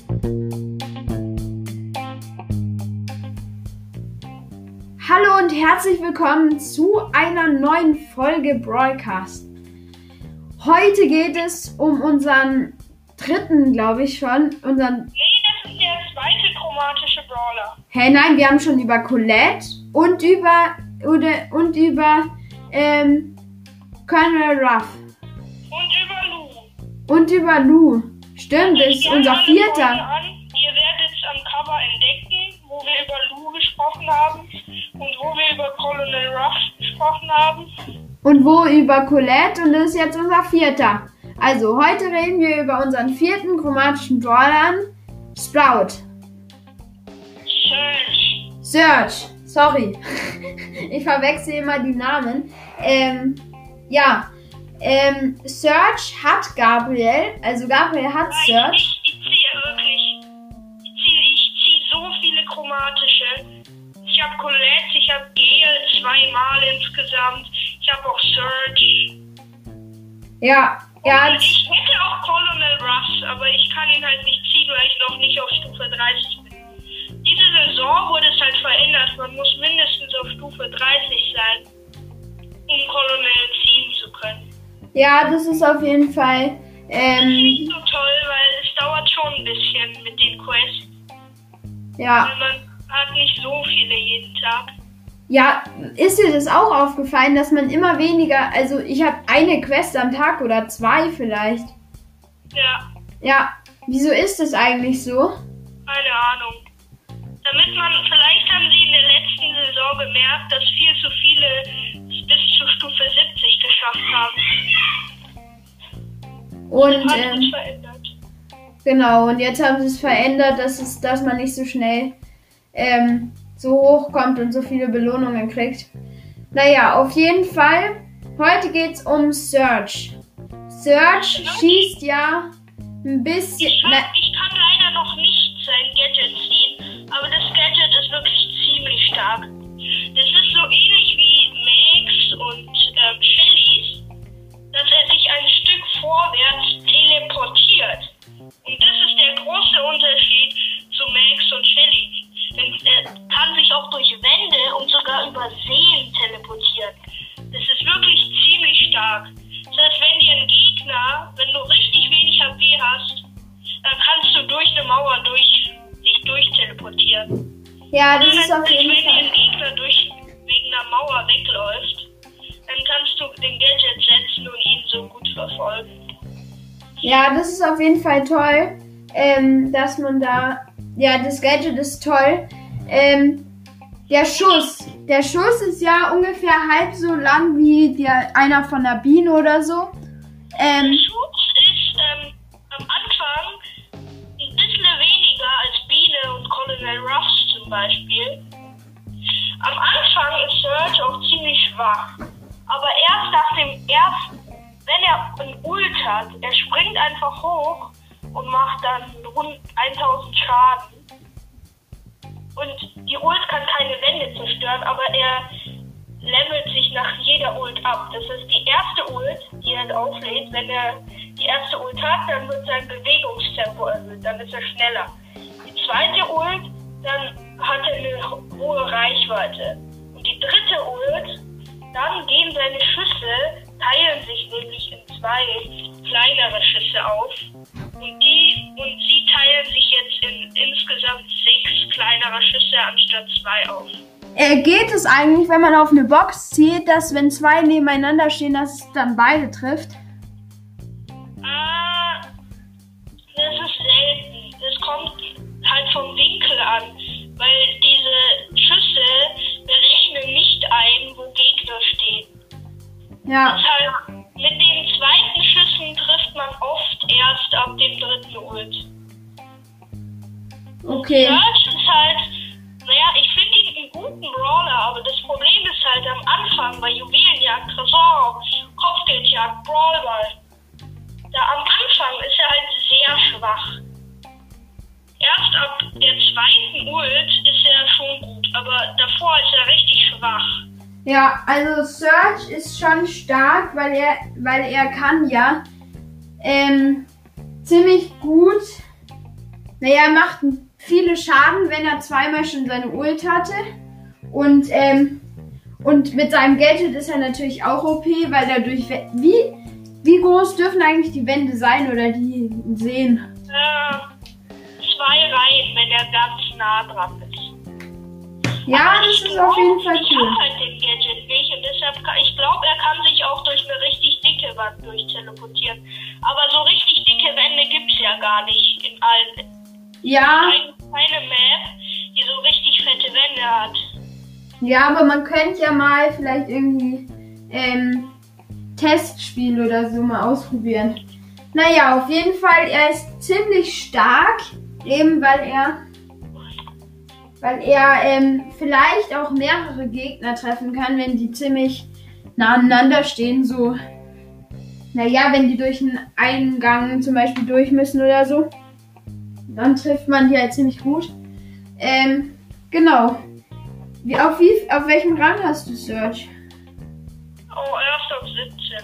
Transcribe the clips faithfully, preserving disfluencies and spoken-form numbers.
Hallo und herzlich willkommen zu einer neuen Folge Brawlcast. Heute geht es um unseren dritten, glaube ich schon, unseren... Nee, das ist der zweite chromatische Brawler. Hey, nein, wir haben schon über Colette und über, oder, und über, ähm, Colonel Ruff. Und über Lu. Und über Lu. Stimmt, das ist unser vierter. An. Ihr werdet es am Cover entdecken, wo wir über Lu gesprochen haben und wo wir über Colonel Ruff gesprochen haben. Und wo über Colette, und das ist jetzt unser vierter. Also, heute reden wir über unseren vierten chromatischen Brawler, Sprout. Search. Search, sorry. Ich verwechsel immer die Namen. Ähm, ja. Ähm, Search hat Gabriel, also Gabriel hat Nein, Search. Ich, ich ziehe wirklich, ich ziehe ich zieh so viele chromatische. Ich habe Colette, ich habe Gale zweimal insgesamt. Ich habe auch Search. Ja, er Und hat, ich hätte auch Colonel Ruff, aber ich kann ihn halt nicht ziehen, weil ich noch nicht auf Stufe dreißig bin. Diese Saison wurde es halt verändert. Man muss mindestens auf Stufe dreißig sein, um Colonel ziehen zu können. ja, das ist auf jeden Fall, Das ist nicht ähm, so toll, weil es dauert schon ein bisschen mit den Quests. ja. Weil man hat nicht so viele jeden Tag. Ja, ist dir das auch aufgefallen, dass man immer weniger, also ich habe eine Quest am Tag oder zwei vielleicht. Ja, Ja, wieso ist das eigentlich so? keine Ahnung. Damit man, vielleicht haben sie in der letzten Saison gemerkt, dass viel zu viele es bis zur Stufe siebzig geschafft haben. Und Hat ähm, es verändert. genau, und jetzt haben sie es verändert, dass es, dass man nicht so schnell ähm, so hoch kommt und so viele Belohnungen kriegt. Naja, auf jeden Fall, heute geht's um Search. Search schießt ja ein bisschen... Ich, Na, hab, ich kann leider noch nicht sein Gadget ziehen, aber das Gadget ist wirklich ziemlich stark. Das ist so ähnlich wie Max und ähm, Shellys, dass er sich ein Stück vorwärts teleportiert. Und das ist der große Unterschied zu Max und Shelly. Denn er kann sich auch durch Wände und sogar über Seen teleportieren. Das ist wirklich ziemlich stark. Das heißt, wenn dir ein Gegner, wenn du richtig wenig H P hast, dann kannst du durch eine Mauer durch, dich durchteleportieren. ja, Oder das ist dann, auf jeden wenn dir Fall... ein Gegner durch, wegen einer Mauer wegläuft, dann kannst du den Gadget setzen und ihn so gut verfolgen. Ja, das ist auf jeden Fall toll, ähm, dass man da... Ja, das Gadget ist toll. Ähm, der Schuss. Der Schuss ist ja ungefähr halb so lang wie der, einer von der Biene oder so. Ähm, Schutz ist ähm, am Anfang ein bisschen weniger als Biene und Colonel Ruffs zum Beispiel. Am Anfang ist Search auch ziemlich schwach. Aber erst nach dem ersten, wenn er ein Ult hat, er springt einfach hoch und macht dann rund tausend Schaden. Und die Ult kann keine Wände zerstören, aber er levelt sich nach jeder Ult ab. Das ist die erste Ult, die er auflädt. Wenn er die erste Ult hat, dann wird sein Bewegungstempo erhöht, dann ist er schneller. Die zweite Ult, dann hat er eine hohe Reichweite. Und die dritte Ult, dann gehen seine Schüsse, teilen sich nämlich in zwei kleinere Schüsse auf. Und die und sie teilen sich jetzt in insgesamt sechs kleinere Schüsse anstatt zwei auf. äh, geht es eigentlich, wenn man auf eine Box zielt, dass wenn zwei nebeneinander stehen, dass es dann beide trifft? Ah, das ist selten. Das kommt halt vom Winkel an, weil diese Schüsse berechnen nicht ein, wo Gegner stehen. Ja, Deshalb mit den zweiten Schüssen trifft man oft erst ab dem dritten Ult. okay. Search ist halt, naja, ich finde ihn einen guten Brawler, aber das Problem ist halt am Anfang bei Juwelenjagd, Tresor, Kopfgeldjagd, Brawlball. Da am Anfang ist er halt sehr schwach. Erst ab der zweiten Ult ist er schon gut, aber davor ist er richtig schwach. Ja, also Search ist schon stark, weil er, weil er kann ja ähm, ziemlich gut Naja, er macht viele Schaden, wenn er zweimal schon seine Ult hatte. Und, ähm, und mit seinem Gadget ist er natürlich auch O P, weil er durch... Wie, wie groß dürfen eigentlich die Wände sein oder die sehen? Äh, zwei Reihen, wenn er ganz nah dran ist. Ja, Aber das ich ist glaub, auf jeden Fall ich cool. hab halt den Gadget nicht und deshalb, kann, ich glaube, er kann sich auch durch eine richtig dicke Wand durchteleportieren. Aber so richtig dicke Wände gibt's ja gar nicht in allen. Ja. Keine Map, die so richtig fette Wände hat. Ja, aber man könnte ja mal vielleicht irgendwie ähm, Testspiel oder so mal ausprobieren. Naja, auf jeden Fall, er ist ziemlich stark, eben weil er weil er ähm, vielleicht auch mehrere Gegner treffen kann, wenn die ziemlich nah aneinander stehen. So, naja, wenn die durch einen Eingang zum Beispiel durch müssen oder so, dann trifft man die halt ziemlich gut. Ähm, genau. Wie, auf, wie, auf welchem Rang hast du Search? Oh, erst auf siebzehn.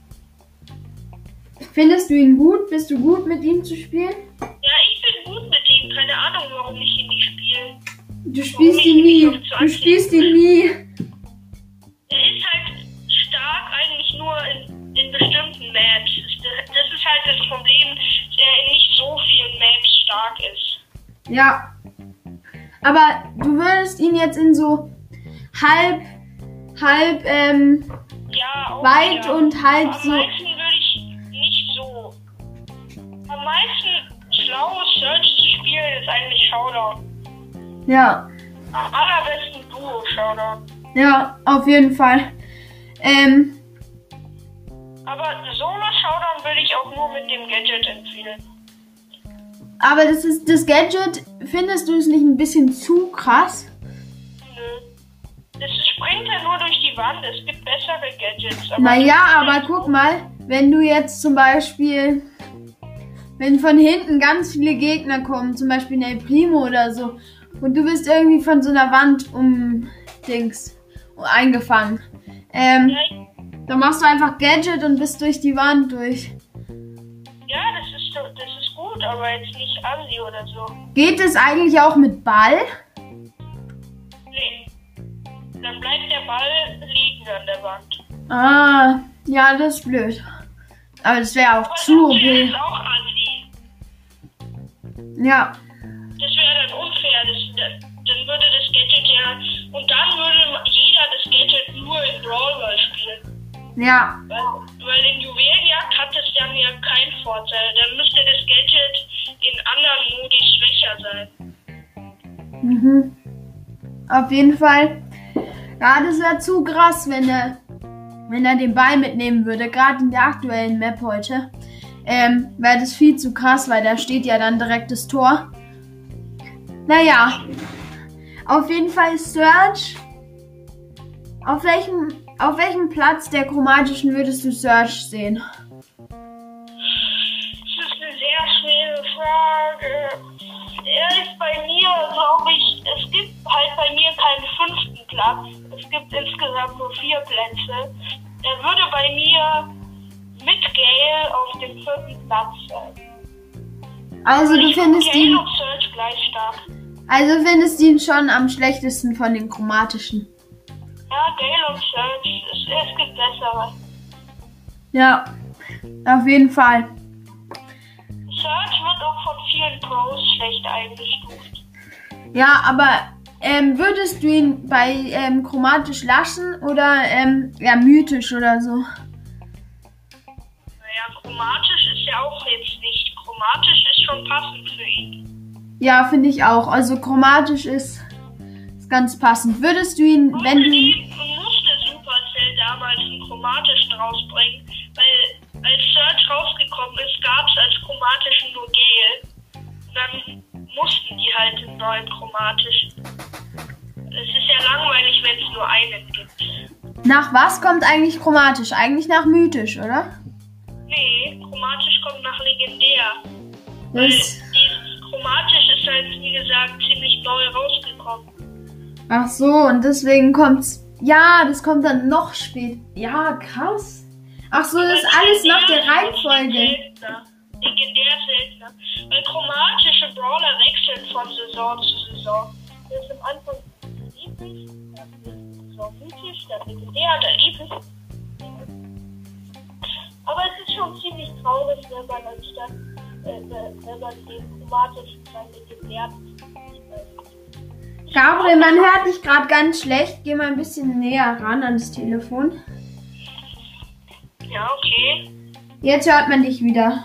Findest du ihn gut? Bist du gut mit ihm zu spielen? Ja, ich bin gut mit ihm. Keine Ahnung, warum ich ihn nicht spiele. Du spielst ihn nie. Du spielst ihn nie. Er ist halt stark eigentlich nur in, in bestimmten Maps. Das ist halt das Problem, dass er in nicht so vielen Maps stark ist. Ja. Aber du würdest ihn jetzt in so halb, halb, ähm, ja, auch weit ja. und halb Am so. Am meisten würde ich nicht so. Am meisten schlaues Search zu spielen ist eigentlich Showdown. Ja. Am allerbesten Duo Showdown. Ja, auf jeden Fall. Ähm. Aber Solo Showdown würde ich auch nur mit dem Gadget empfehlen. Aber das ist das Gadget, findest du es nicht ein bisschen zu krass? Nö. Es springt ja nur durch die Wand. Es gibt bessere Gadgets. Aber Naja, aber guck mal, wenn du jetzt zum Beispiel, wenn von hinten ganz viele Gegner kommen, zum Beispiel El Primo oder so, und du bist irgendwie von so einer Wand um Dings eingefangen, ähm, ja, dann machst du einfach Gadget und bist durch die Wand durch. ja, das ist, das ist gut, aber jetzt nicht Asi oder so. Geht es eigentlich auch mit Ball? Nee. Dann bleibt der Ball liegen an der Wand. Ah, ja, das ist blöd. Aber das wäre auch Aber zu O das P. ist auch Asi. Ja. Das wäre dann unfair. Das, das, dann würde das Gadget ja... Und dann würde jeder das Gadget nur in Brawl Ball spielen. Ja. Weil, weil in Juwelenjagd hat es dann ja keinen Vorteil. Dann müsste das Gadget in anderen Modi schwächer sein. Mhm. Auf jeden Fall. Ja, das wäre zu krass, wenn er, wenn er den Ball mitnehmen würde. Gerade in der aktuellen Map heute. Ähm, wäre das viel zu krass, weil da steht ja dann direkt das Tor. Naja. Auf jeden Fall Search. Auf welchem, auf welchem Platz der chromatischen würdest du Search sehen? Das ist eine sehr schwere Frage. Er ist bei mir, glaube ich, es gibt halt bei mir keinen fünften Platz. Es gibt insgesamt nur vier Plätze. Er würde bei mir mit Gale auf dem vierten Platz sein. Also du findest Gale ihn, und Search gleich stark. also findest ihn schon am schlechtesten von den chromatischen. Ja, Gale und Search, es, es gibt bessere. Ja, auf jeden Fall. Search wird auch von vielen Pros schlecht eingestuft. Ja, aber ähm, würdest du ihn bei ähm, chromatisch lassen oder ähm, ja, mythisch oder so? Naja, chromatisch ist ja auch jetzt nicht. Chromatisch ist schon passend für ihn. Ja, finde ich auch. Also chromatisch ist, ist ganz passend. Würdest du ihn, wenn du ihn... musste Supercell damals einen chromatischen rausbringen, weil als Search rausgekommen ist, gab es als chromatischen nur Gale. Und dann mussten die halt einen neuen chromatischen. Es ist ja langweilig, wenn es nur einen gibt. Nach was kommt eigentlich chromatisch? Eigentlich nach mythisch, oder? Nee, chromatisch kommt nach legendär. Weil Das, dieses chromatisch ist halt, wie gesagt, ziemlich neu rausgekommen. ach so, und deswegen kommt's... Ja, das kommt dann noch spät. Ja, krass. Ach so, das ist alles nach der Reihenfolge. Legendär seltener. Weil chromatische Brawler Saison zu Saison. Das ist am Anfang episch, dann ist so mythisch, dann legendär, dann episch. Aber es ist schon ziemlich traurig, wenn man anstatt, äh, wenn man den chromatischen sein legendären. Gabriel, man hört dich gerade ganz schlecht. Geh mal ein bisschen näher ran an das Telefon. Ja, okay. Jetzt hört man dich wieder.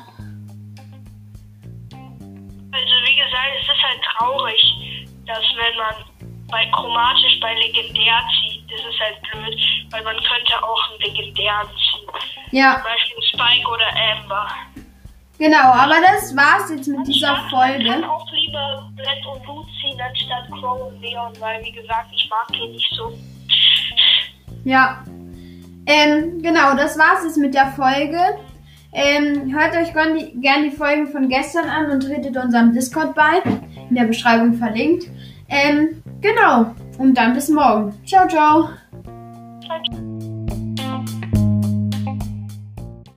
Also wie gesagt, es ist halt traurig, dass wenn man bei chromatisch bei legendär zieht, das ist halt blöd, weil man könnte auch einen legendären ziehen. Ja. Zum Beispiel Spike oder Amber. Genau, aber das war's jetzt mit dieser Anstatt, Folge. Man kann auch lieber Brett und Blut ziehen, anstatt Crow und Leon, weil wie gesagt, ich mag den nicht so. Ja. Ähm, genau, das war's jetzt mit der Folge. Ähm, hört euch gern die, gern die Folgen von gestern an und tretet unserem Discord bei. In der Beschreibung verlinkt. Ähm, genau. Und dann bis morgen. Ciao, ciao. Ciao.